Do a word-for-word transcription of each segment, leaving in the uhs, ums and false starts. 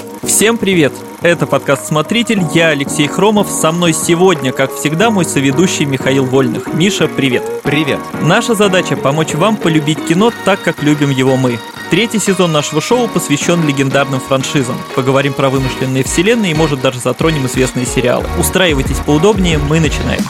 Всем привет! Это подкаст «Смотритель», я Алексей Хромов, со мной сегодня, как всегда, мой соведущий Михаил Вольных. Миша, привет! Привет! Наша задача – помочь вам полюбить кино так, как любим его мы. Третий сезон нашего шоу посвящен легендарным франшизам. Поговорим про вымышленные вселенные и, может, даже затронем известные сериалы. Устраивайтесь поудобнее, мы начинаем.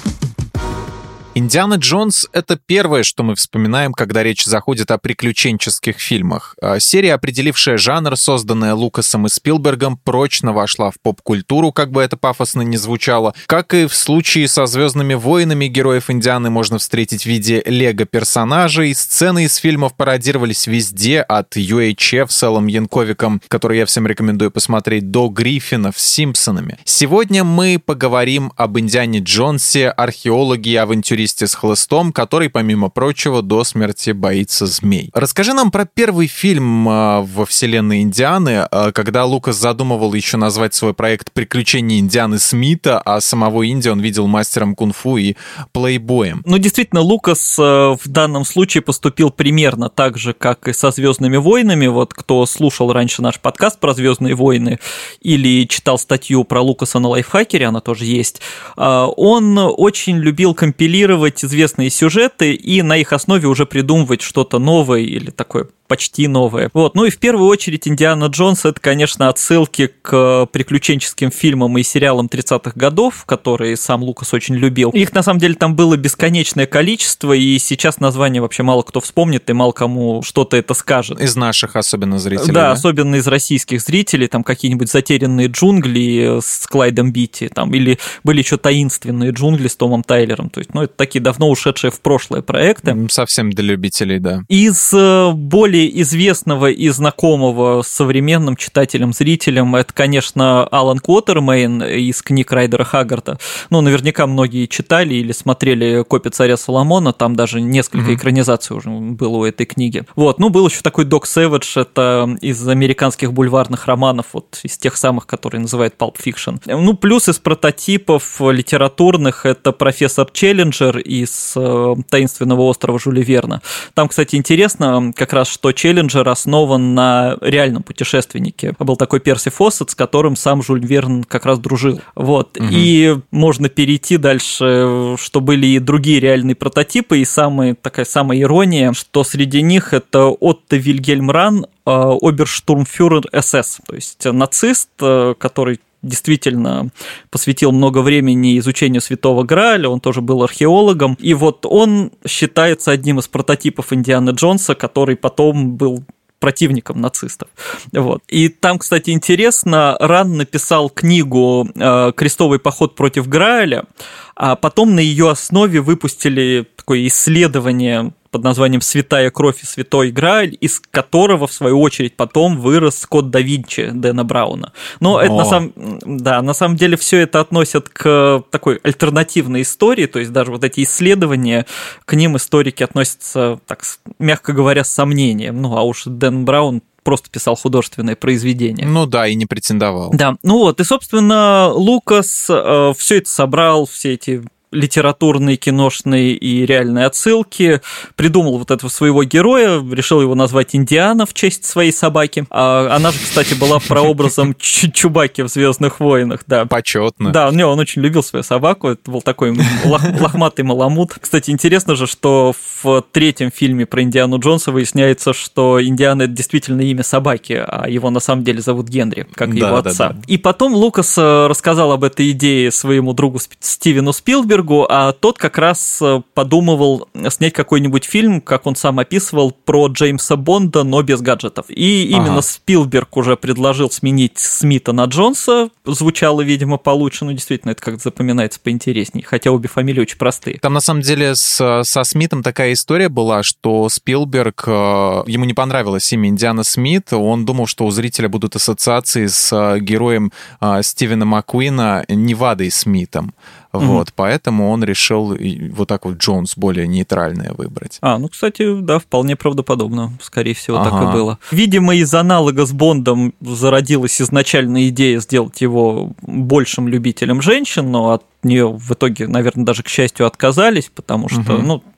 «Индиана Джонс» — это первое, что мы вспоминаем, когда речь заходит о приключенческих фильмах. Серия, определившая жанр, созданная Лукасом и Спилбергом, прочно вошла в поп-культуру, как бы это пафосно ни звучало. Как и в случае со «Звездными войнами», героев Индианы можно встретить в виде лего-персонажей. Сцены из фильмов пародировались везде, от ю эйч эф с Эллом Янковиком, который я всем рекомендую посмотреть, до Гриффинов с Симпсонами. Сегодня мы поговорим об Индиане Джонсе, археологе и авантюристе с хлыстом, который, помимо прочего, до смерти боится змей. Расскажи нам про первый фильм э, во вселенной Индианы, э, когда Лукас задумывал еще назвать свой проект «Приключения Индианы Смита», а самого Инди он видел мастером кунг-фу и плейбоем. Ну, действительно, Лукас э, в данном случае поступил примерно так же, как и со «Звездными войнами». Вот кто слушал раньше наш подкаст про «Звездные войны» или читал статью про Лукаса на Лайфхакере, она тоже есть, э, он очень любил компилировать известные сюжеты и на их основе уже придумывать что-то новое или такое почти новое. Вот. Ну и в первую очередь «Индиана Джонс» — это, конечно, отсылки к приключенческим фильмам и сериалам тридцатых годов, которые сам Лукас очень любил. Их, на самом деле, там было бесконечное количество, и сейчас название вообще мало кто вспомнит, и мало кому что-то это скажет. Из наших особенно зрителей, да? Да, особенно из российских зрителей, там какие-нибудь «Затерянные джунгли» с Клайдом Битти, там, или были еще «Таинственные джунгли» с Томом Тайлером. То есть, ну, это такие давно ушедшие в прошлое проекты. Совсем для любителей, да. Из более известного и знакомого современным читателям, зрителям, это, конечно, Алан Квотермейн из книг Райдера Хаггарта. Ну, наверняка многие читали или смотрели «Копия царя Соломона», там даже несколько mm-hmm. экранизаций уже было у этой книги. Вот, ну, был еще такой Док Сэвидж, это из американских бульварных романов, вот из тех самых, которые называют Pulp Fiction. Ну, плюс из прототипов литературных это профессор Челленджер из «Таинственного острова» Жюля Верна. Там, кстати, интересно как раз, что Челленджер основан на реальном путешественнике. Был такой Перси Фоссет, с которым сам Жюль Верн как раз дружил. Вот. Угу. И можно перейти дальше, что были и другие реальные прототипы, и самая, такая самая ирония, что среди них это Отто Вильгельм Ран, оберштурмфюрер эс эс, то есть нацист, который действительно посвятил много времени изучению Святого Грааля, он тоже был археологом, и вот он считается одним из прототипов Индианы Джонса, который потом был противником нацистов. Вот. И там, кстати, интересно, Ран написал книгу «Крестовый поход против Грааля», а потом на ее основе выпустили такое исследование под названием «Святая кровь и святой Грааль», из которого, в свою очередь, потом вырос Код да Винчи Дэна Брауна. Но это на самом, да, на самом деле все это относят к такой альтернативной истории, то есть даже вот эти исследования, к ним историки относятся, так, мягко говоря, с сомнением. Ну, а уж Дэн Браун просто писал художественное произведение. Ну да, и не претендовал. Да, ну вот, и, собственно, Лукас э, все это собрал, все эти литературные, киношные и реальные отсылки, придумал вот этого своего героя, решил его назвать Индиана в честь своей собаки. А она же, кстати, была прообразом Чубаки в «Звездных войнах», да. Почетно. Да, не, он очень любил свою собаку, это был такой лох- лохматый маламут. Кстати, интересно же, что в третьем фильме про Индиану Джонса выясняется, что Индиана — это действительно имя собаки, а его на самом деле зовут Генри, как и да, его да, отца. да. И потом Лукас рассказал об этой идее своему другу Стивену Спилбергу, а тот как раз подумывал снять какой-нибудь фильм, как он сам описывал, про Джеймса Бонда, но без гаджетов. И именно ага. Спилберг уже предложил сменить Смита на Джонса, звучало, видимо, получше, но действительно это как-то запоминается поинтереснее, хотя обе фамилии очень простые. Там, на самом деле, с, со Смитом такая история была, что Спилберг, ему не понравилось имя Индиана Смит, он думал, что у зрителя будут ассоциации с героем Стивена Маккуина Невадой Смитом. Вот, mm-hmm. поэтому он решил вот так вот Джонс более нейтральное выбрать. А, ну, кстати, да, вполне правдоподобно, скорее всего, ага. так и было. Видимо, из аналога с Бондом зародилась изначальная идея сделать его большим любителем женщин, но от нее в итоге, наверное, даже, к счастью, отказались, потому что, угу. ну,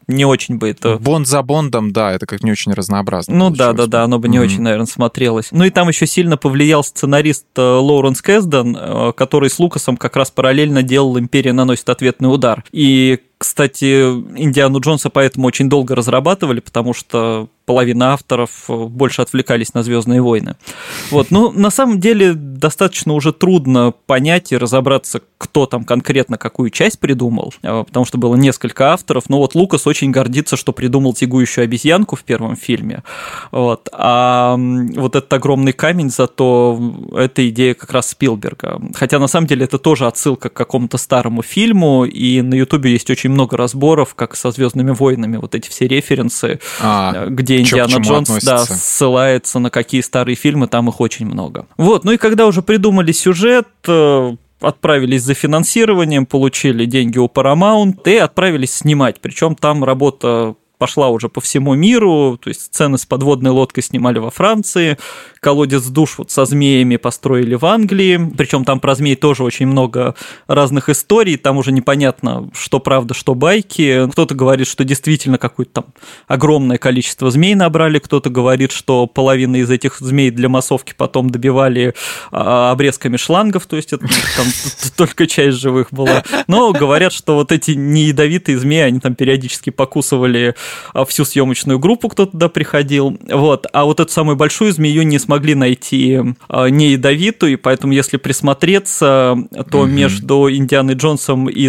не очень бы это... Бонд за Бондом, да, это как не очень разнообразно. Ну да-да-да, оно бы не mm-hmm. очень, наверное, смотрелось. Ну и там еще сильно повлиял сценарист Лоуренс Кэсден, который с Лукасом как раз параллельно делал «Империя наносит ответный удар». И, кстати, «Индиану Джонса» поэтому очень долго разрабатывали, потому что половина авторов больше отвлекались на «Звездные войны». Вот. Ну, на самом деле, достаточно уже трудно понять и разобраться, кто там конкретно какую часть придумал, потому что было несколько авторов. Но вот Лукас очень гордится, что придумал «Тягующую обезьянку» в первом фильме. Вот. А вот этот огромный камень, зато это идея как раз Спилберга. Хотя, на самом деле, это тоже отсылка к какому-то старому фильму, и на Ютубе есть очень много разборов, как со «Звездными войнами», вот эти все референсы, а, где Индиана Джонс, да, ссылается на какие старые фильмы, там их очень много. Вот, ну и когда уже придумали сюжет, отправились за финансированием, получили деньги у Paramount и отправились снимать. Причем там работа пошла уже по всему миру, то есть сцены с подводной лодкой снимали во Франции, колодец душ вот со змеями построили в Англии, причем там про змей тоже очень много разных историй, там уже непонятно, что правда, что байки. Кто-то говорит, что действительно какое-то там огромное количество змей набрали, кто-то говорит, что половина из этих змей для массовки потом добивали обрезками шлангов, то есть это там только часть живых была. Но говорят, что вот эти неядовитые змеи, они там периодически покусывали всю съемочную группу, кто туда приходил. Вот. А вот эту самую большую змею не смогли найти не ядовитую, и поэтому, если присмотреться, то mm-hmm. между Индианой Джонсом и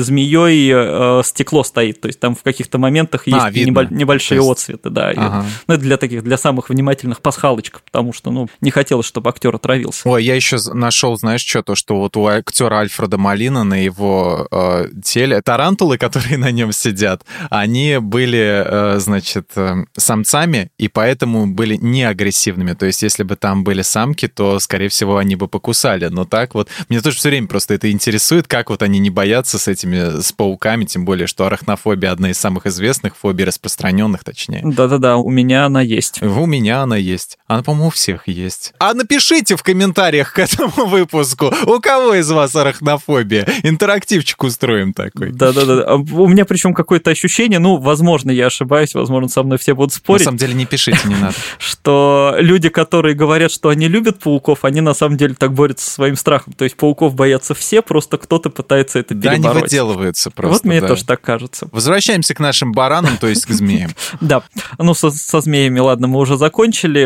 змеей стекло стоит. То есть там в каких-то моментах есть а, небольшие есть... отцветы. Да. Ага. Ну, это для таких, для самых внимательных пасхалочек, потому что, ну, не хотелось, чтобы актер отравился. Ой, я еще нашел, знаешь, что, то, что вот у актера Альфреда Молина на его э, теле тарантулы, которые на нем сидят, они были э, значит, самцами, и поэтому были неагрессивными. То есть, если бы там были самки, то, скорее всего, они бы покусали. Но так вот... Мне тоже все время просто это интересует, как вот они не боятся с этими, с пауками, тем более, что арахнофобия одна из самых известных, фобий распространенных, точнее. Да-да-да, у меня она есть. У меня она есть. Она, по-моему, у всех есть. А напишите в комментариях к этому выпуску, у кого из вас арахнофобия? Интерактивчик устроим такой. Да-да-да. У меня причем какое-то ощущение, ну, возможно, я ошибаюсь, возможно, со мной все будут спорить. На самом деле не пишите, не надо. Что люди, которые говорят, что они любят пауков, они на самом деле так борются со своим страхом. То есть пауков боятся все, просто кто-то пытается это перебороть. Да, они выделываются просто. Вот мне тоже так кажется. Возвращаемся к нашим баранам, то есть к змеям. Да, ну со змеями, ладно, мы уже закончили.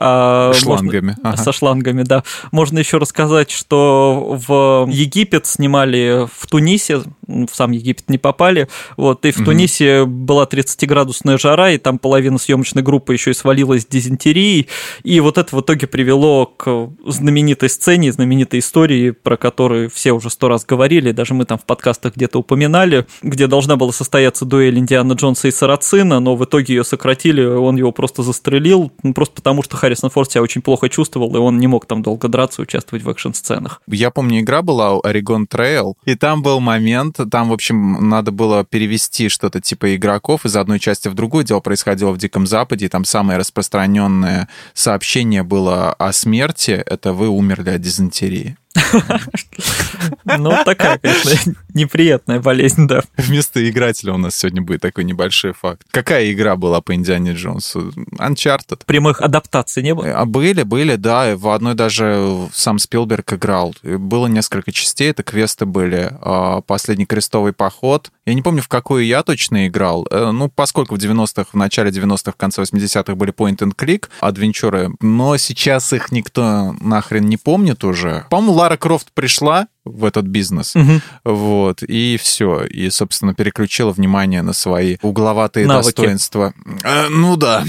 Шлангами. Со шлангами, да. Можно еще рассказать, что в Египет снимали в Тунисе, в сам Египет не попали, вот, и в Тунисе была тридцатиградусная жара, и там половина съемочной группы еще и свалилась дизентерией, и вот это в итоге привело к знаменитой сцене, знаменитой истории, про которую все уже сто раз говорили, даже мы там в подкастах где-то упоминали, где должна была состояться дуэль Индиана Джонса и Сарацина, но в итоге ее сократили, он его просто застрелил, просто потому что Харрисон Форд себя очень плохо чувствовал, и он не мог там долго драться, участвовать в экшн-сценах. Я помню, игра была Oregon Trail, и там был момент, там, в общем, надо было перевести что-то типа игроков из одной части в другую. Дело происходило в Диком Западе, и там самое распространенное сообщение было о смерти. Это вы умерли от дизентерии. Ну, такая, конечно, неприятная болезнь, да. Вместо игрателя у нас сегодня будет такой небольшой факт. Какая игра была по Индиане Джонсу? Uncharted. Прямых адаптаций не было? Были, были, да. В одной даже сам Спилберг играл. Было несколько частей, это квесты были. «Последний крестовый поход». Я не помню, в какую я точно играл. Ну, поскольку в девяностых, в начале девяностых, в конце восьмидесятых были point-and-click адвенчуры, но сейчас их никто нахрен не помнит уже. По-моему, Лара Крофт пришла в этот бизнес, угу. вот, и все, и, собственно, переключила внимание на свои угловатые навыки. Достоинства. А, ну да.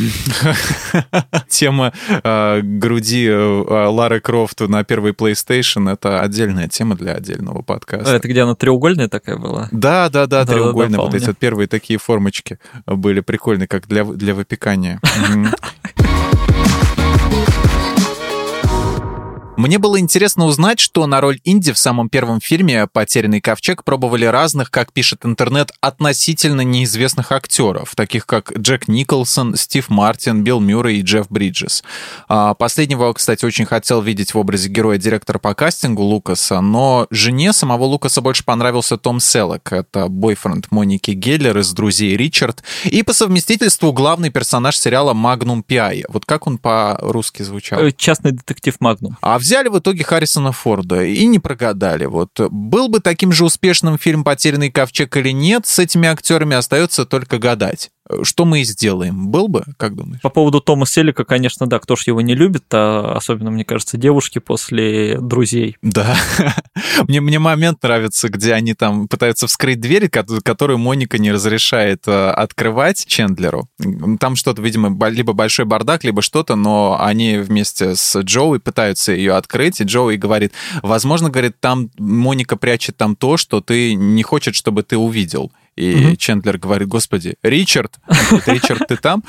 Тема а, груди а, Лары Крофт на первой PlayStation — это отдельная тема для отдельного подкаста. А это где она треугольная такая была? Да, да, да, да треугольная. Да, да, вот эти вот первые такие формочки были прикольные, как для, для выпекания. Мне было интересно узнать, что на роль Инди в самом первом фильме «Потерянный ковчег» пробовали разных, как пишет интернет, относительно неизвестных актеров, таких как Джек Николсон, Стив Мартин, Билл Мюррей и Джефф Бриджес. Последнего, кстати, очень хотел видеть в образе героя директора по кастингу Лукаса, но жене самого Лукаса больше понравился Том Селлек. Это бойфренд Моники Геллер из «Друзей Ричард» и по совместительству главный персонаж сериала «Магнум Пи Ай». Вот как он по-русски звучал? Частный детектив Магнум. А взяли в итоге Харрисона Форда и не прогадали. Вот был бы таким же успешным фильм «Потерянный ковчег» или нет, с этими актерами остается только гадать. Что мы и сделаем? Был бы, как думаешь? По поводу Тома Селлека, конечно, да, кто ж его не любит, а особенно, мне кажется, девушки после «Друзей». Да. Мне, мне момент нравится, где они там пытаются вскрыть дверь, которую Моника не разрешает открывать Чендлеру. Там что-то, видимо, либо большой бардак, либо что-то, но они вместе с Джоуи пытаются ее открыть, и Джоуи говорит, возможно, говорит, там Моника прячет там то, что ты не хочешь, чтобы ты увидел. И mm-hmm. Чендлер говорит, господи, Ричард? Говорит, Ричард, ты там?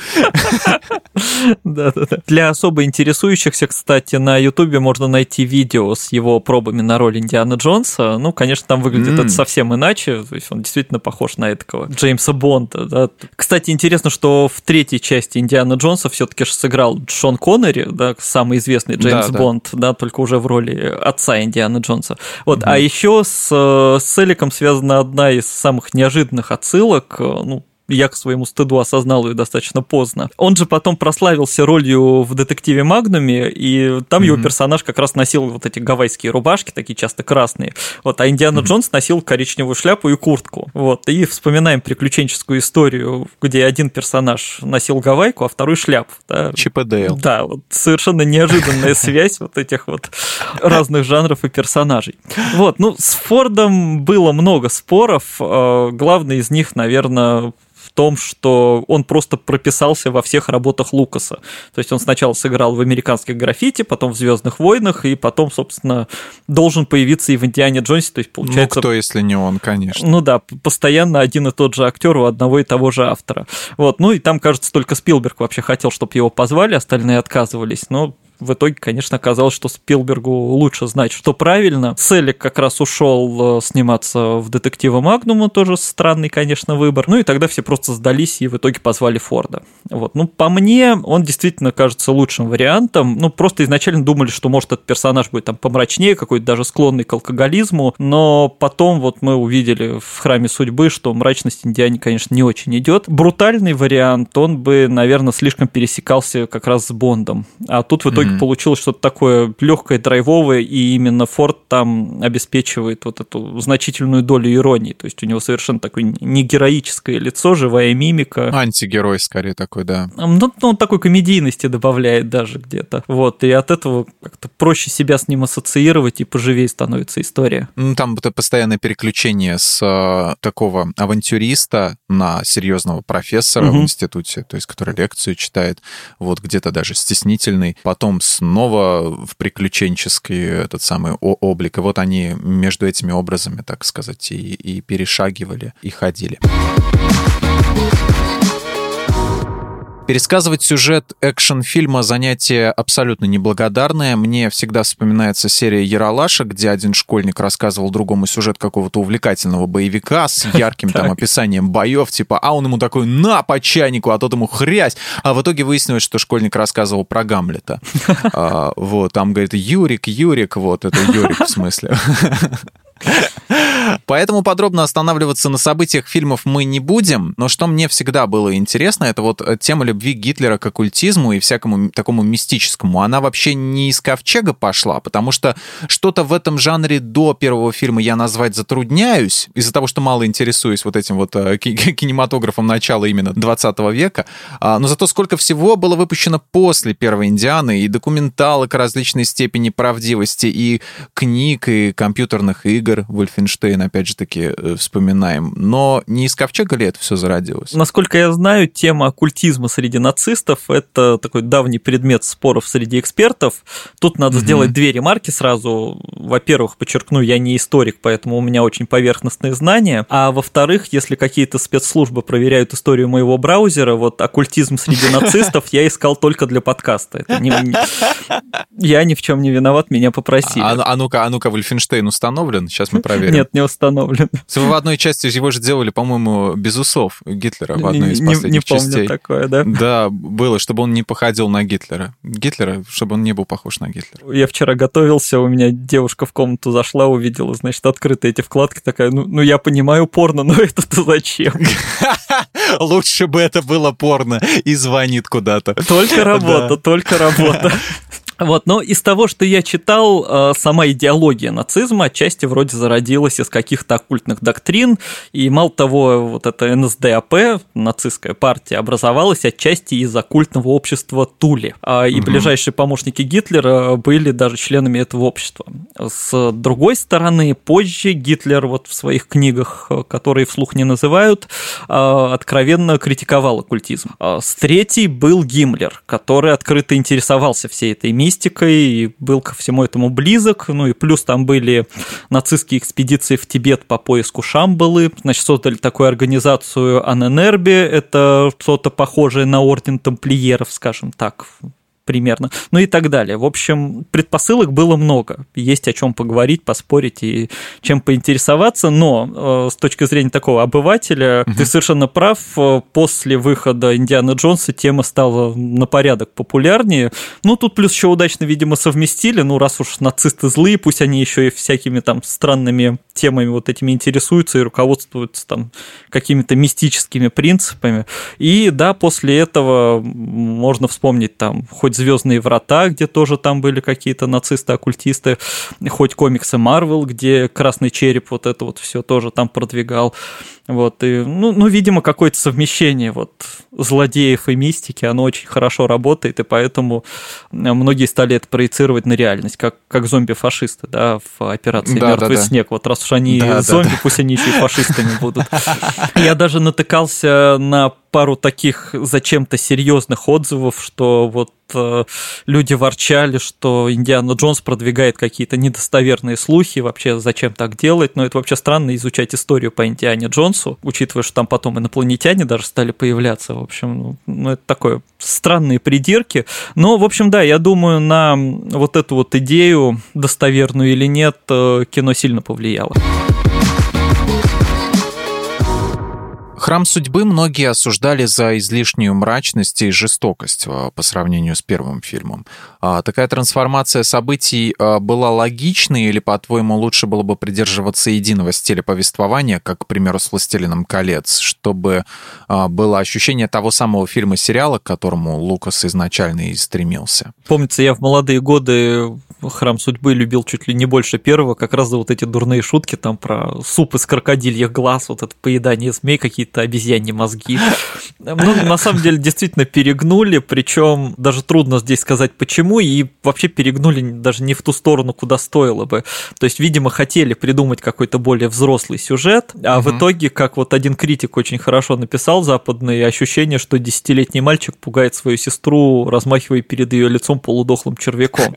Да-да-да. Для особо интересующихся, кстати, на Ютубе можно найти видео с его пробами на роль Индиана Джонса. Ну, конечно, там выглядит mm. это совсем иначе. То есть он действительно похож на этого Джеймса Бонда. Да. Кстати, интересно, что в третьей части Индиана Джонса все-таки же сыграл Шон Коннери, да, самый известный Джеймс да, Бонд, да. да, только уже в роли отца Индиана Джонса. Вот. Mm-hmm. А еще с, с Селликом связана одна из самых неожиданных отсылок, ну, я к своему стыду осознал ее достаточно поздно. Он же потом прославился ролью в «Детективе Магнуме», и там mm-hmm. его персонаж как раз носил вот эти гавайские рубашки, такие часто красные, вот, а Индиана mm-hmm. Джонс носил коричневую шляпу и куртку. Вот, и вспоминаем приключенческую историю, где один персонаж носил гавайку, а второй шляпу. Да. Чип и Дейл. Да, вот совершенно неожиданная связь вот этих вот разных жанров и персонажей. Вот, ну, с Фордом было много споров, главный из них, наверное, в том, что он просто прописался во всех работах Лукаса. То есть он сначала сыграл в «Американских граффити», потом в «Звездных войнах», и потом, собственно, должен появиться и в «Индиане Джонсе». То есть, получается... Ну, кто, если не он, конечно. Ну да, постоянно один и тот же актер у одного и того же автора. Вот. Ну и там, кажется, только Спилберг вообще хотел, чтобы его позвали, остальные отказывались, но... В итоге, конечно, оказалось, что Спилбергу лучше знать, что правильно. Селлик как раз ушел сниматься в «Детектива Магнума», тоже странный, конечно, выбор. Ну и тогда все просто сдались и в итоге позвали Форда. Вот. Ну, по мне, он действительно кажется лучшим вариантом. Ну, просто изначально думали, что, может, этот персонаж будет там помрачнее, какой-то даже склонный к алкоголизму, но потом вот мы увидели в «Храме судьбы», что мрачность Индиане, конечно, не очень идет. Брутальный вариант, он бы, наверное, слишком пересекался как раз с Бондом. А тут в итоге mm-hmm. получилось что-то такое легкое, драйвовое, и именно Форд там обеспечивает вот эту значительную долю иронии. То есть у него совершенно такое не героическое лицо, живая мимика. Антигерой скорее такой, да. Ну, он такой комедийности добавляет даже где-то. Вот, и от этого как-то проще себя с ним ассоциировать, и поживее становится история. Ну, там это постоянное переключение с э, такого авантюриста на серьезного профессора угу. в институте, то есть который лекцию читает, вот где-то даже стеснительный, потом снова в приключенческий этот самый облик. И вот они между этими образами, так сказать, и, и перешагивали, и ходили. Пересказывать сюжет экшн-фильма занятие абсолютно неблагодарное. Мне всегда вспоминается серия «Ералаша», где один школьник рассказывал другому сюжет какого-то увлекательного боевика с ярким там описанием боев, типа, а он ему такой «на, по чайнику», а тот ему «хрясь». А в итоге выяснилось, что школьник рассказывал про Гамлета. А, вот, там говорит «Юрик, Юрик», вот, это Юрик в смысле. Поэтому подробно останавливаться на событиях фильмов мы не будем, но что мне всегда было интересно, это вот тема любви Гитлера к оккультизму и всякому такому мистическому. Она вообще не из ковчега пошла, потому что что-то в этом жанре до первого фильма я назвать затрудняюсь, из-за того, что мало интересуюсь вот этим вот кинематографом начала именно двадцатого века, но зато сколько всего было выпущено после первой «Индианы», и документалок различной степени правдивости, и книг, и компьютерных игр, Вольфенштейн, опять же таки, вспоминаем. Но не из ковчега ли это все зародилось? Насколько я знаю, тема оккультизма среди нацистов – это такой давний предмет споров среди экспертов. Тут надо угу. сделать две ремарки сразу. Во-первых, подчеркну, я не историк, поэтому у меня очень поверхностные знания. А во-вторых, если какие-то спецслужбы проверяют историю моего браузера, вот оккультизм среди нацистов я искал только для подкаста. Это не, Я ни в чем не виноват, меня попросили. А, а ну-ка, а ну-ка, Вольфенштейн установлен? Сейчас мы проверим. Нет, не установлен. В одной части его же делали, по-моему, без усов Гитлера в одной из последних не, не частей. Не помню такое, да? Да, было, чтобы он не походил на Гитлера. Гитлера, чтобы он не был похож на Гитлера. Я вчера готовился, у меня девушка в комнату зашла, увидела, значит, открыты эти вкладки, такая, ну, ну я понимаю порно, но это-то зачем? Лучше бы это было порно, и звонит куда-то. Только работа, только работа. Вот, но из того, что я читал, сама идеология нацизма отчасти вроде зародилась из каких-то оккультных доктрин, и мало того, вот эта эн эс дэ а пэ, нацистская партия, образовалась отчасти из оккультного общества Тули, и угу. ближайшие помощники Гитлера были даже членами этого общества. С другой стороны, позже Гитлер вот в своих книгах, которые вслух не называют, откровенно критиковал оккультизм. С третьей был Гиммлер, который открыто интересовался всей этой миссией, и был ко всему этому близок, ну и плюс там были нацистские экспедиции в Тибет по поиску Шамбалы, значит, создали такую организацию Аненербе, это что-то похожее на орден тамплиеров, скажем так, примерно, ну и так далее. В общем, предпосылок было много, есть о чем поговорить, поспорить и чем поинтересоваться, но э, с точки зрения такого обывателя, угу. ты совершенно прав, после выхода Индианы Джонса тема стала на порядок популярнее, ну тут плюс еще удачно, видимо, совместили, ну раз уж нацисты злые, пусть они еще и всякими там странными темами вот этими интересуются и руководствуются там какими-то мистическими принципами, и да, после этого можно вспомнить там хоть «Звездные врата», где тоже там были какие-то нацисты-оккультисты, хоть комиксы Marvel, где Красный Череп вот это вот все тоже там продвигал. Вот, и, ну, ну, видимо, какое-то совмещение вот злодеев и мистики, оно очень хорошо работает, и поэтому многие стали это проецировать на реальность, как, как зомби-фашисты, да, в операции да, «Мертвый да, снег». Да. Вот раз уж они да, зомби, да, пусть да. они еще и фашистами будут. Я даже натыкался на пару таких зачем-то серьезных отзывов, что вот э, люди ворчали, что Индиана Джонс продвигает какие-то недостоверные слухи, вообще зачем так делать, но это вообще странно изучать историю по Индиане Джонсу, учитывая, что там потом инопланетяне даже стали появляться, в общем, ну это такое странные придирки, но, в общем, да, я думаю, на вот эту вот идею, достоверную или нет, кино сильно повлияло. «Храм судьбы» многие осуждали за излишнюю мрачность и жестокость по сравнению с первым фильмом. Такая трансформация событий была логичной или, по-твоему, лучше было бы придерживаться единого стиля повествования, как, к примеру, с «Властелином колец», чтобы было ощущение того самого фильма-сериала, к которому Лукас изначально и стремился? Помнится, я в молодые годы «Храм судьбы» любил чуть ли не больше первого, как раз за вот эти дурные шутки там про суп из крокодильих глаз, вот это поедание змей, какие-то обезьяньи мозги. Ну, на самом деле, действительно перегнули, причем даже трудно здесь сказать почему, и вообще перегнули даже не в ту сторону, куда стоило бы. То есть, видимо, хотели придумать какой-то более взрослый сюжет, а угу. в итоге, как вот один критик очень хорошо написал западный, ощущение, что десятилетний мальчик пугает свою сестру, размахивая перед ее лицом полудохлым червяком.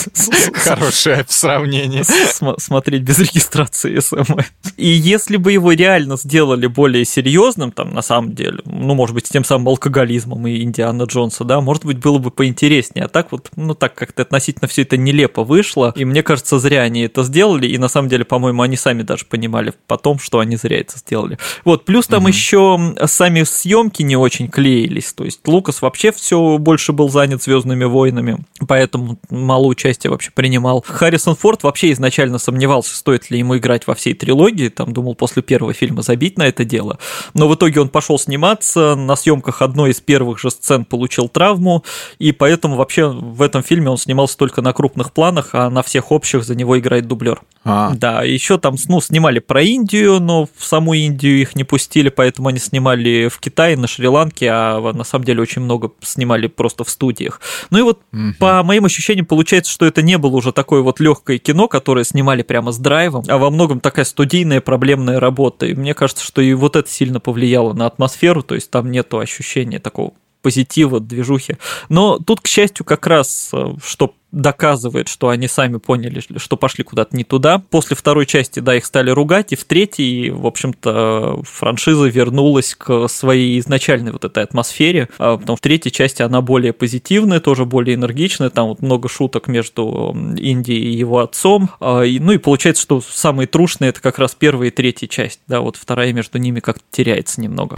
Хорошее сравнение. Смотреть без регистрации эс эм эс. И если бы его реально сделали более серьезным, там, на самом деле, ну, может быть, с тем самым алкоголизмом и Индиана Джонса, да, может быть, было бы поинтереснее, а так вот, ну, так как-то относительно все это нелепо вышло, и мне кажется, зря они это сделали, и на самом деле, по-моему, они сами даже понимали потом, что они зря это сделали. Вот, плюс там угу. еще сами съемки не очень клеились, то есть Лукас вообще все больше был занят «Звездными войнами», поэтому мало участия вообще принимал. Харрисон Форд вообще изначально сомневался, стоит ли ему играть во всей трилогии, там думал после первого фильма забить на это дело, но в итоге он пошел сниматься, на съемках одной из первых же сцен получил травму, и поэтому вообще в этом фильме он снимался только на крупных планах, а на всех общих за него играет дублер. А. Да, еще там, ну, снимали про Индию, но в саму Индию их не пустили, поэтому они снимали в Китае, на Шри-Ланке, а на самом деле очень много снимали просто в студиях. Ну и вот угу. по моим ощущениям получается, что это не было уже такое вот легкое кино, которое снимали прямо с драйвом, а во многом такая студийная проблемная работа, и мне кажется, что и вот это сильно повлияло на атмосферу, то есть там нету ощущения такого позитива, движухи. Но тут, к счастью, как раз, что доказывает, что они сами поняли, что пошли куда-то не туда. После второй части, да, их стали ругать, и в третьей, в общем-то, франшиза вернулась к своей изначальной вот этой атмосфере, потому что в третьей части она более позитивная, тоже более энергичная, там вот много шуток между Инди и его отцом, ну и получается, что самые трушные это как раз первая и третья часть, да, вот вторая между ними как-то теряется немного.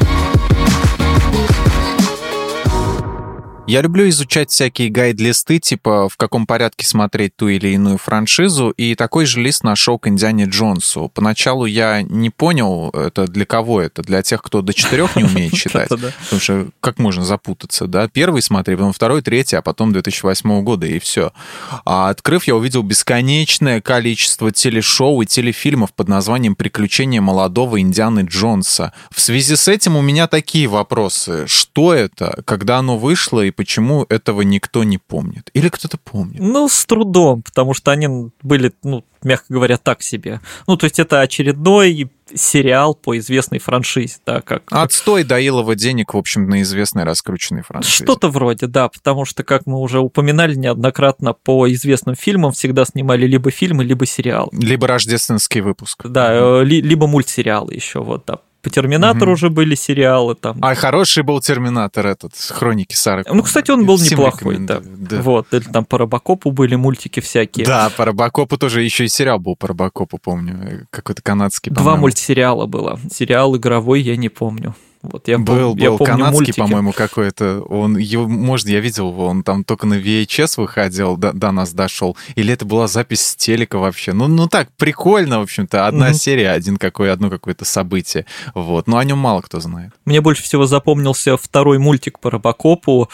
Я люблю изучать всякие гайд-листы, типа в каком порядке смотреть ту или иную франшизу, и такой же лист нашел к Индиане Джонсу. Поначалу я не понял, это для кого это, для тех, кто до четырех не умеет считать, потому что как можно запутаться, да? Первый смотри, потом второй, третий, а потом две тысячи восьмого года, и все. А открыв, я увидел бесконечное количество телешоу и телефильмов под названием «Приключения молодого Индианы Джонса». В связи с этим у меня такие вопросы. Что это? Когда оно вышло и почему этого никто не помнит? Или кто-то помнит? Ну, с трудом, потому что они были, ну, мягко говоря, так себе. Ну, то есть это очередной сериал по известной франшизе, да, как... Отстой доилово денег, в общем, на известной раскрученной франшизе. Что-то вроде, да, потому что, как мы уже упоминали неоднократно, по известным фильмам всегда снимали либо фильмы, либо сериалы. Либо рождественский выпуск. Да, mm-hmm. ли, либо мультсериалы еще, вот, да. По «Терминатору» угу. уже были сериалы там. А хороший был «Терминатор» этот, «Хроники Сары». Ну, кстати, он был Всем неплохой, да. да. Вот, или там по «Робокопу» были мультики всякие. Да, по «Робокопу» тоже еще и сериал был по «Робокопу», помню, какой-то канадский. Два мультсериала было. Сериал игровой я не помню. Вот я был, пом- я был помню канадский, мультики. По-моему, какой-то. Он, его, может, я видел его, он там только на ви эйч эс выходил, до, до нас дошел. Или это была запись с телека вообще. Ну, ну так, прикольно, в общем-то. Одна mm-hmm. серия, один какой, одно какое-то событие. Вот. Но о нем мало кто знает. Мне больше всего запомнился второй мультик по Робокопу,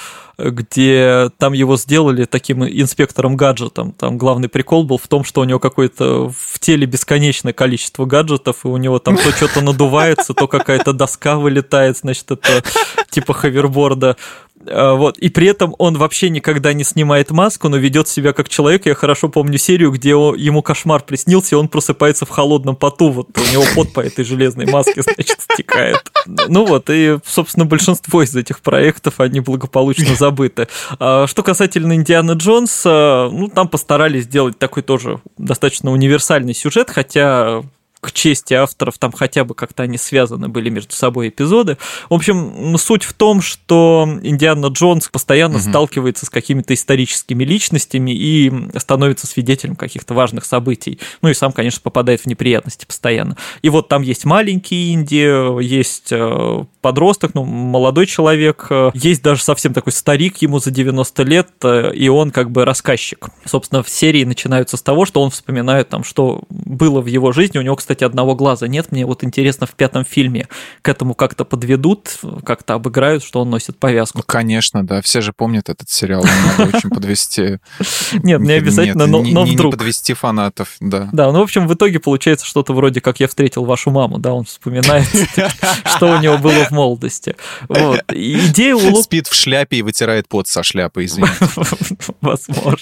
где там его сделали таким инспектором-гаджетом. Там главный прикол был в том, что у него какое-то в теле бесконечное количество гаджетов, и у него там то что-то надувается, то какая-то доска вылетает, значит, это типа ховерборда. Вот. И при этом он вообще никогда не снимает маску, но ведет себя как человек. Я хорошо помню серию, где ему кошмар приснился, и он просыпается в холодном поту. Вот у него пот по этой железной маске, значит, стекает. Ну вот, и, собственно, большинство из этих проектов, они благополучно забыты. Что касательно «Индианы Джонса», ну, там постарались сделать такой тоже достаточно универсальный сюжет, хотя... к чести авторов, там хотя бы как-то они связаны были между собой эпизоды. В общем, суть в том, что Индиана Джонс постоянно угу. сталкивается с какими-то историческими личностями и становится свидетелем каких-то важных событий. Ну и сам, конечно, попадает в неприятности постоянно. И вот там есть маленький Инди, есть подросток, ну, молодой человек, есть даже совсем такой старик, ему за девяносто лет, и он как бы рассказчик. Собственно, в серии начинаются с того, что он вспоминает, там, что было в его жизни. У него, кстати, одного глаза нет. Мне вот интересно, в пятом фильме к этому как-то подведут, как-то обыграют, что он носит повязку. Ну, конечно, да. Все же помнят этот сериал. Надо очень подвести... Нет, не обязательно, но вдруг. Не подвести фанатов, да. Да, ну, в общем, в итоге получается что-то вроде как «Я встретил вашу маму», да, он вспоминает, что у него было в молодости. Вот. Идея у Лук... Спит в шляпе и вытирает пот со шляпы, извините. Возможно.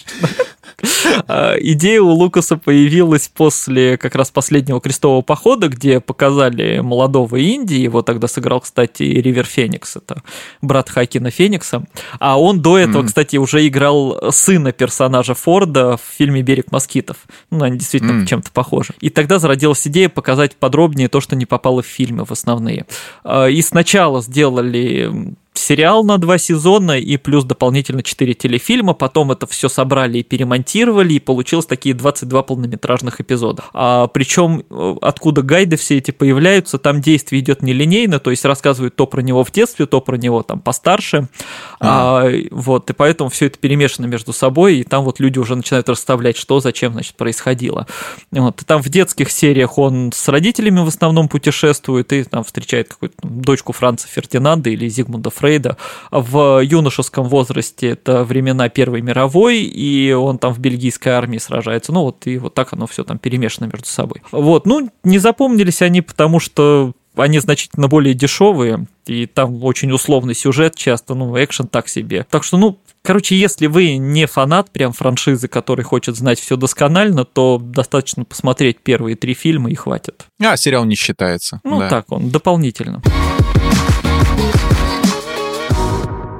Идея у Лукаса появилась после как раз последнего «Крестового похода», где показали молодого Инди, его тогда сыграл, кстати, Ривер Феникс, это брат Хоакина Феникса, а он до этого, mm. кстати, уже играл сына персонажа Форда в фильме «Берег москитов». Ну, они действительно mm. чем-то похожи. И тогда зародилась идея показать подробнее то, что не попало в фильмы в основные. И сначала сделали... сериал на два сезона и плюс дополнительно четыре телефильма, потом это все собрали и перемонтировали, и получилось такие двадцать два полнометражных эпизода. А, причем откуда гайды все эти появляются, там действие идет нелинейно, то есть рассказывают то про него в детстве, то про него там постарше, а. А, вот, и поэтому все это перемешано между собой, и там вот люди уже начинают расставлять, что, зачем, значит, происходило. Вот, и там в детских сериях он с родителями в основном путешествует, и там встречает какую-то дочку Франца Фердинанда или Зигмунда Фрейда. В юношеском возрасте это времена Первой мировой, и он там в бельгийской армии сражается. Ну вот, и вот так оно все там перемешано между собой. Вот, ну, не запомнились они, потому что они значительно более дешевые, и там очень условный сюжет часто, ну, экшен так себе. Так что, ну, короче, если вы не фанат прям франшизы, который хочет знать все досконально, то достаточно посмотреть первые три фильма и хватит. А, сериал не считается. Ну, да. так он, дополнительно.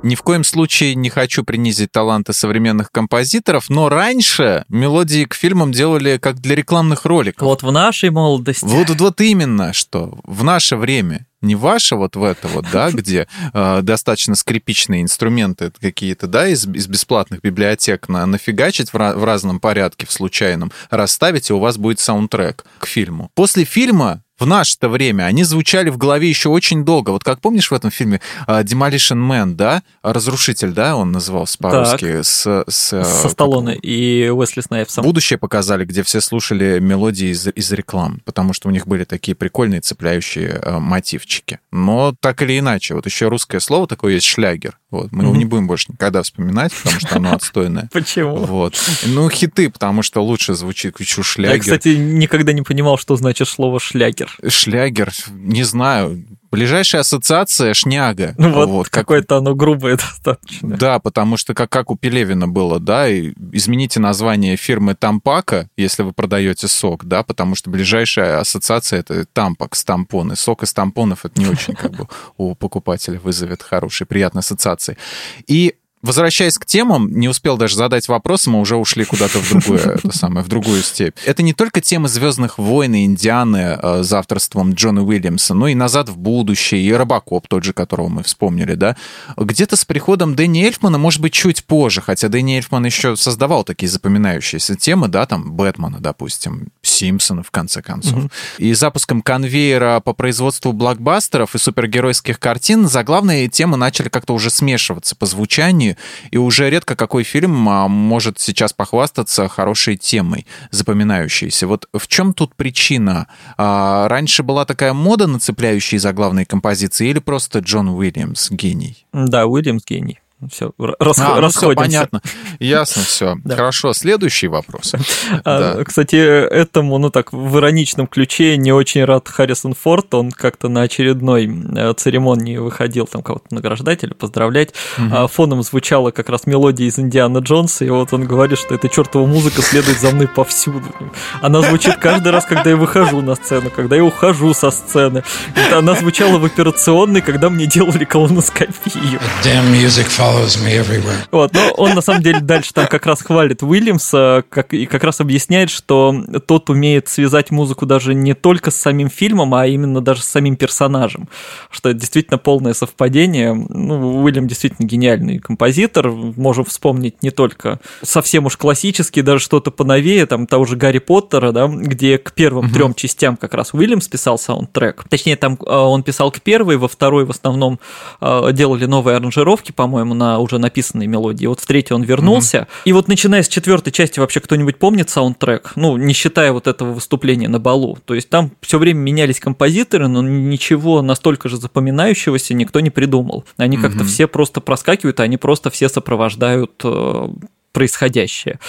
Ни в коем случае не хочу принизить таланты современных композиторов, но раньше мелодии к фильмам делали как для рекламных роликов. Вот в нашей молодости. Вот, вот именно что. В наше время. Не ваше вот в это вот, да, где э, достаточно скрипичные инструменты какие-то, да, из, из бесплатных библиотек на, нафигачить в, ra- в разном порядке, в случайном, расставить, и у вас будет саундтрек к фильму. После фильма в наше-то время они звучали в голове еще очень долго. Вот как помнишь в этом фильме Demolition Man, да? Разрушитель, да, он назывался по-русски? С, с, Со Сталлоне и Уэсли Снайпсом. Будущее показали, где все слушали мелодии из, из реклам, потому что у них были такие прикольные цепляющие э, мотивчики. Но так или иначе, вот еще русское слово такое есть, шлягер. Вот, мы mm-hmm. его не будем больше никогда вспоминать, потому что оно отстойное. Почему? Вот. Ну, хиты, потому что лучше звучит кричу шлягер. Я, кстати, никогда не понимал, что значит слово шлягер. Шлягер, не знаю. Ближайшая ассоциация — шняга. Ну вот, вот какое-то как... оно грубое достаточно. Да, потому что как, как у Пелевина было, да, и измените название фирмы Тампака, если вы продаете сок, да, потому что ближайшая ассоциация — это тампакс, тампоны. Сок из тампонов — это не очень как бы у покупателя вызовет хорошие, приятные ассоциации. И возвращаясь к темам, не успел даже задать вопрос, мы уже ушли куда-то в другую, это самое, в другую степь. Это не только тема «Звездных войн» и «Индианы» э, с авторством Джона Уильямса, но и «Назад в будущее», и «Робокоп», тот же, которого мы вспомнили, да. Где-то с приходом Дэнни Эльфмана, может быть, чуть позже, хотя Дэнни Эльфман еще создавал такие запоминающиеся темы, да, там, Бэтмена, допустим, Симпсона, в конце концов. Mm-hmm. И запуском конвейера по производству блокбастеров и супергеройских картин заглавные темы начали как-то уже смешиваться по звучанию, и уже редко какой фильм может сейчас похвастаться хорошей темой, запоминающейся. Вот в чем тут причина? Раньше была такая мода на цепляющие заглавные композиции или просто Джон Уильямс гений? Да, Уильямс гений. Все, рас... а, расходимся. Ну, все, понятно. Ясно все. Да. Хорошо, следующий вопрос. А, да. Кстати, этому, ну так, в ироничном ключе не очень рад Харрисон Форд. Он как-то на очередной церемонии выходил там кого-то награждать или поздравлять. Угу. А фоном звучала как раз мелодия из «Индиана Джонса», и вот он говорит, что эта чертова музыка следует за мной повсюду. Она звучит каждый раз, когда я выхожу на сцену, когда я ухожу со сцены. Она звучала в операционной, когда мне делали колоноскопию. Damn music Вот, но он на самом деле дальше там как раз хвалит Уильямса как, и как раз объясняет, что тот умеет связать музыку даже не только с самим фильмом, а именно даже с самим персонажем, что это действительно полное совпадение. Ну, Уильям действительно гениальный композитор, можем вспомнить не только совсем уж классический, даже что-то поновее, там того же Гарри Поттера, да, где к первым uh-huh. трем частям как раз Уильямс писал саундтрек. Точнее, там он писал к первой, во второй в основном делали новые аранжировки, по-моему, на уже написанные мелодии. Вот в третьей он вернулся. Mm-hmm. И вот начиная с четвертой части вообще кто-нибудь помнит саундтрек? Ну, не считая вот этого выступления на балу. То есть там все время менялись композиторы, но ничего настолько же запоминающегося никто не придумал. Они mm-hmm. как-то все просто проскакивают, а они просто все сопровождают происходящее.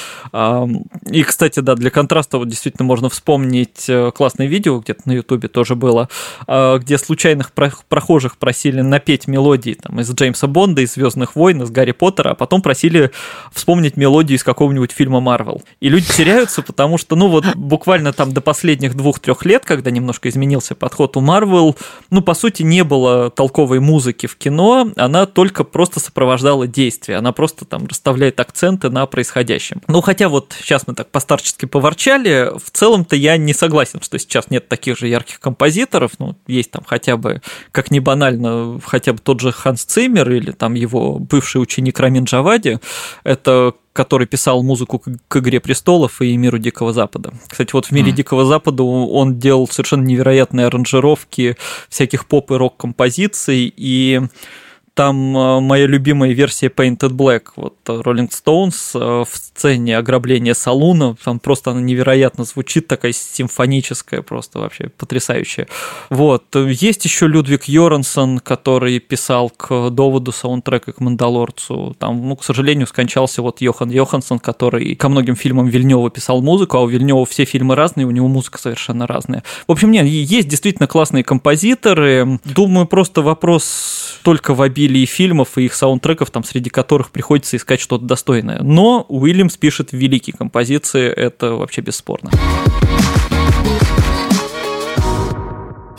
И, кстати, да, для контраста вот действительно можно вспомнить классное видео, где-то на Ютубе тоже было, где случайных прохожих просили напеть мелодии там, из Джеймса Бонда, из «Звездных войн», из Гарри Поттера, а потом просили вспомнить мелодию из какого-нибудь фильма Марвел. И люди теряются, потому что, ну вот, буквально там до последних двух-трех лет, когда немножко изменился подход у Марвел, ну, по сути, не было толковой музыки в кино, она только просто сопровождала действие, она просто там расставляет акценты на происходящем. Ну, хотя вот сейчас мы так постарчески поворчали, в целом-то я не согласен, что сейчас нет таких же ярких композиторов, ну, есть там хотя бы, как ни банально, хотя бы тот же Ханс Циммер или там его бывший ученик Рамин Джавади, это который писал музыку к «Игре престолов» и «Миру Дикого Запада». Кстати, вот в «Мире mm. Дикого Запада» он делал совершенно невероятные аранжировки всяких поп- и рок-композиций, и там моя любимая версия Painted Black, вот Rolling Stones в сцене ограбления салуна, там просто она невероятно звучит, такая симфоническая, просто вообще потрясающая. Вот. Есть еще Людвиг Йорансон, который писал к «Доводу» саундтрек и к «Мандалорцу». Там, ну, к сожалению, скончался вот Йохан Йоханссон, который ко многим фильмам Вильнёва писал музыку, а у Вильнёва все фильмы разные, у него музыка совершенно разная. В общем, нет, есть действительно классные композиторы. Думаю, просто вопрос только в обилии фильмов и их саундтреков, там, среди которых приходится искать что-то достойное. Но Уильямс пишет великие композиции, это вообще бесспорно.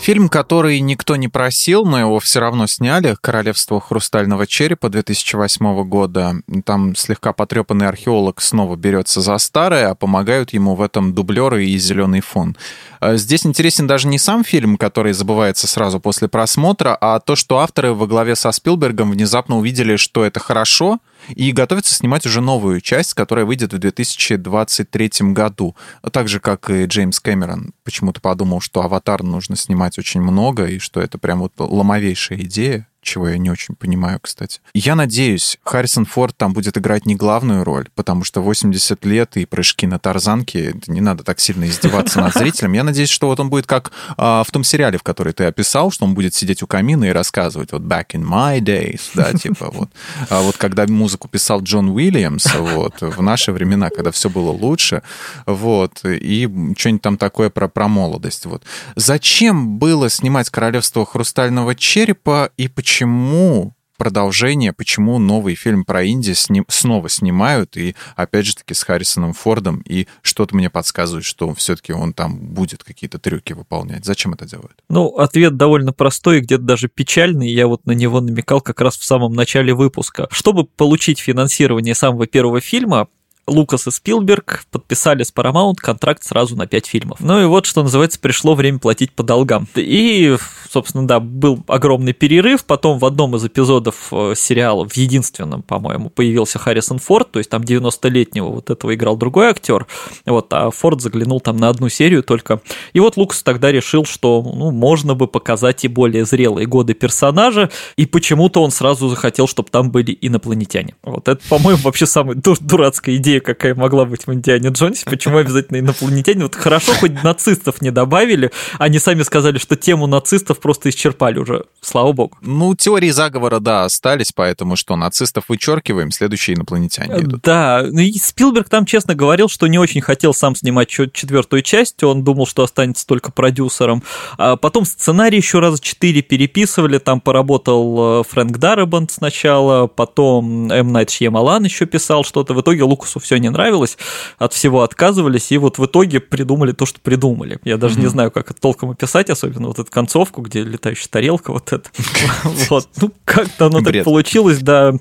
Фильм, который никто не просил, но его все равно сняли, «Королевство хрустального черепа» две тысячи восьмого года. Там слегка потрепанный археолог снова берется за старое, а помогают ему в этом дублеры и зеленый фон. Здесь интересен даже не сам фильм, который забывается сразу после просмотра, а то, что авторы во главе со Спилбергом внезапно увидели, что это хорошо, и готовятся снимать уже новую часть, которая выйдет в две тысячи двадцать третьем году. Так же, как и Джеймс Кэмерон почему-то подумал, что «Аватар» нужно снимать очень много, и что это прям вот ломовейшая идея, чего я не очень понимаю, кстати. Я надеюсь, Харрисон Форд там будет играть не главную роль, потому что восемьдесят лет и прыжки на тарзанке, не надо так сильно издеваться над зрителем. Я надеюсь, что вот он будет как а, в том сериале, в который ты описал, что он будет сидеть у камина и рассказывать вот «back in my days», да, типа вот. А вот когда музыку писал Джон Уильямс, вот, в наши времена, когда все было лучше, вот, и что-нибудь там такое про, про молодость, вот. Зачем было снимать «Королевство хрустального черепа» и почему Почему продолжение, почему новый фильм про Индию сни- снова снимают, и опять же таки с Харрисоном Фордом, и что-то мне подсказывает, что все-таки он там будет какие-то трюки выполнять. Зачем это делают? Ну, ответ довольно простой, где-то даже печальный, я вот на него намекал как раз в самом начале выпуска. Чтобы получить финансирование самого первого фильма, Лукас и Спилберг подписали с Paramount контракт сразу на пять фильмов. Ну и вот, что называется, пришло время платить по долгам. И, собственно, да, был огромный перерыв, потом в одном из эпизодов сериала, в единственном, по-моему, появился Харрисон Форд, то есть там девяностолетнего вот этого играл другой актер, вот, а Форд заглянул там на одну серию только. И вот Лукас тогда решил, что, ну, можно бы показать и более зрелые годы персонажа, и почему-то он сразу захотел, чтобы там были инопланетяне. Вот это, по-моему, вообще самая дурацкая идея, какая могла быть в «Индиане Джонсе», почему обязательно инопланетяне. Вот хорошо, хоть нацистов не добавили, они сами сказали, что тему нацистов просто исчерпали уже, слава богу. Ну, теории заговора, да, остались, поэтому что, нацистов вычеркиваем, следующие инопланетяне идут. Да, и Спилберг там честно говорил, что не очень хотел сам снимать четвертую часть, он думал, что останется только продюсером. А потом сценарий еще раза четыре переписывали, там поработал Фрэнк Дарабонт сначала, потом М. Найт Шьямалан еще писал что-то, в итоге Лукасу все не нравилось, от всего отказывались, и вот в итоге придумали то, что придумали. Я даже mm-hmm. не знаю, как это толком описать, особенно вот эту концовку, где летающая тарелка, вот это. Вот, ну, как-то оно так получилось, да.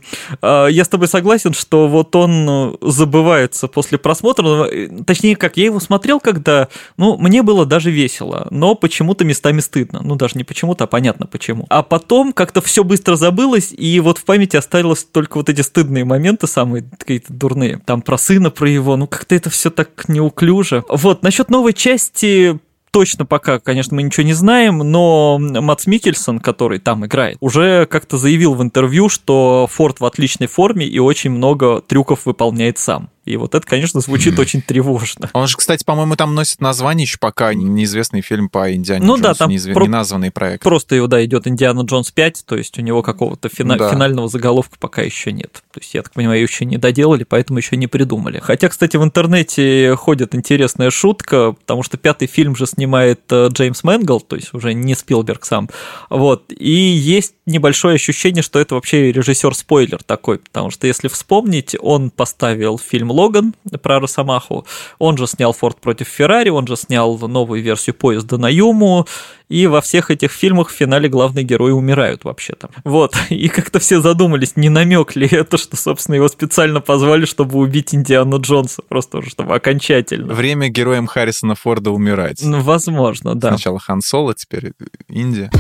Я с тобой согласен, что вот он забывается после просмотра, точнее, как я его смотрел, когда, ну, мне было даже весело, но почему-то местами стыдно. Ну, даже не почему-то, а понятно почему. А потом как-то все быстро забылось, и вот в памяти осталось только вот эти стыдные моменты, самые какие-то дурные. Там про сына, про его, ну как-то это все так неуклюже. Вот, насчет новой части точно пока, конечно, мы ничего не знаем, но Мадс Миккельсон, который там играет, уже как-то заявил в интервью, что Форд в отличной форме и очень много трюков выполняет сам. И вот это, конечно, звучит mm-hmm. очень тревожно. Он же, кстати, по-моему, там носит название еще пока неизвестный фильм по Индиане ну, Джонсу, да, там неизв... про... неназванный проект. Просто его, да, идет Индиана Джонс пять, то есть у него какого-то фина... да. финального заголовка пока еще нет. То есть, я так понимаю, еще не доделали, поэтому еще не придумали. Хотя, кстати, в интернете ходит интересная шутка, потому что пятый фильм же снимает Джеймс Мэнгл, то есть уже не Спилберг сам. Вот. И есть небольшое ощущение, что это вообще режиссер-спойлер такой, потому что, если вспомнить, он поставил фильм «Логан» про Росомаху, он же снял «Форд против Феррари», он же снял новую версию «Поезда на Юму», и во всех этих фильмах в финале главные герои умирают вообще-то. Вот, и как-то все задумались, не намек ли это, что, собственно, его специально позвали, чтобы убить Индиану Джонса, просто уже, чтобы окончательно. Время героям Харрисона Форда умирать. Ну, возможно, да. Сначала Хан Соло, теперь Индия.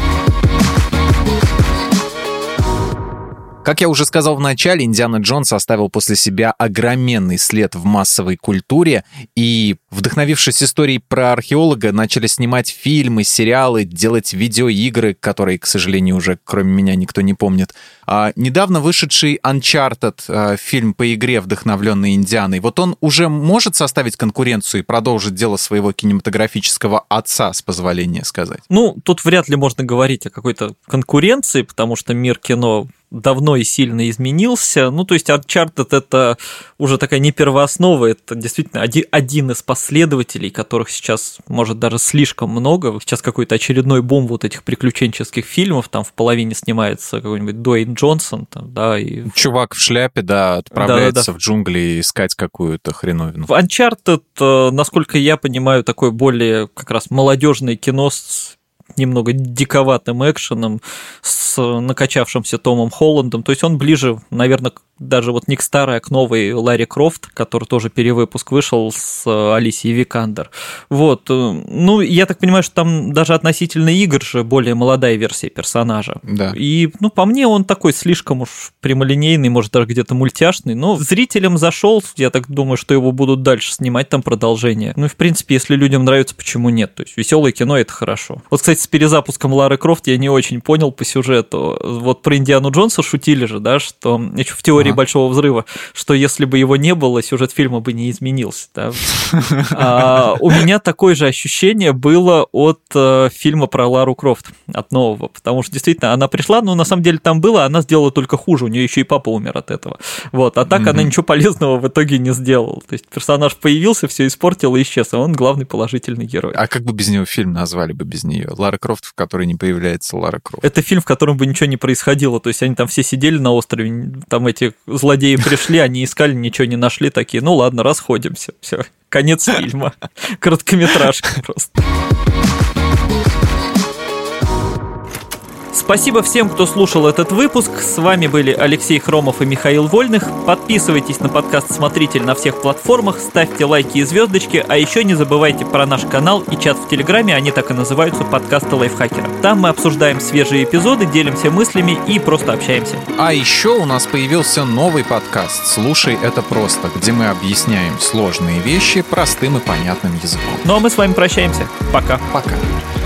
Как я уже сказал в начале, Индиана Джонс оставил после себя огроменный след в массовой культуре, и, вдохновившись историей про археолога, начали снимать фильмы, сериалы, делать видеоигры, которые, к сожалению, уже кроме меня никто не помнит. А недавно вышедший Uncharted, а, фильм по игре, вдохновленный Индианой, вот он уже может составить конкуренцию и продолжить дело своего кинематографического отца, с позволения сказать? Ну, тут вряд ли можно говорить о какой-то конкуренции, потому что мир кино давно и сильно изменился. Ну, то есть Uncharted — это уже такая не первооснова, это действительно один, один из последователей, которых сейчас, может, даже слишком много. Сейчас какой-то очередной бум вот этих приключенческих фильмов, там в половине снимается какой-нибудь Дуэйн Джонсон, там, да, и... Чувак в шляпе, да, отправляется да, да, да. в джунгли искать какую-то хреновину. В Uncharted, насколько я понимаю, такое более как раз молодежное кино с немного диковатым экшеном с накачавшимся Томом Холландом. То есть он ближе, наверное, даже вот не к старой, а к новой Ларри Крофт, который тоже перевыпуск вышел с Алисией Викандер. Вот. Ну, я так понимаю, что там даже относительно игр же более молодая версия персонажа. Да. И, ну, по мне, он такой слишком уж прямолинейный, может, даже где-то мультяшный, но зрителям зашел, я так думаю, что его будут дальше снимать там продолжение. Ну, и, в принципе, если людям нравится, почему нет? То есть веселое кино — это хорошо. Вот, кстати, с перезапуском Лары Крофт я не очень понял по сюжету. Вот про Индиану Джонса шутили же, да, что еще в теории Большого взрыва, что если бы его не было, сюжет фильма бы не изменился. Да? А у меня такое же ощущение было от э, фильма про Лару Крофт, от нового, потому что действительно она пришла, но на самом деле там было, она сделала только хуже, у нее еще и папа умер от этого. Вот. А так mm-hmm. она ничего полезного в итоге не сделала. То есть персонаж появился, все испортил и исчез, а он главный положительный герой. А как бы без него фильм назвали бы без нее? Лара Крофт, в которой не появляется Лара Крофт. Это фильм, в котором бы ничего не происходило. То есть они там все сидели на острове, там эти злодеи пришли, они искали, ничего не нашли, такие, ну ладно, расходимся. Все, конец фильма. Короткометражка просто. Спасибо всем, кто слушал этот выпуск. С вами были Алексей Хромов и Михаил Вольных. Подписывайтесь на подкаст «Смотритель» на всех платформах, ставьте лайки и звездочки, а еще не забывайте про наш канал и чат в Телеграме, они так и называются, подкасты лайфхакера. Там мы обсуждаем свежие эпизоды, делимся мыслями и просто общаемся. А еще у нас появился новый подкаст «Слушай, это просто», где мы объясняем сложные вещи простым и понятным языком. Ну а мы с вами прощаемся. Пока. Пока.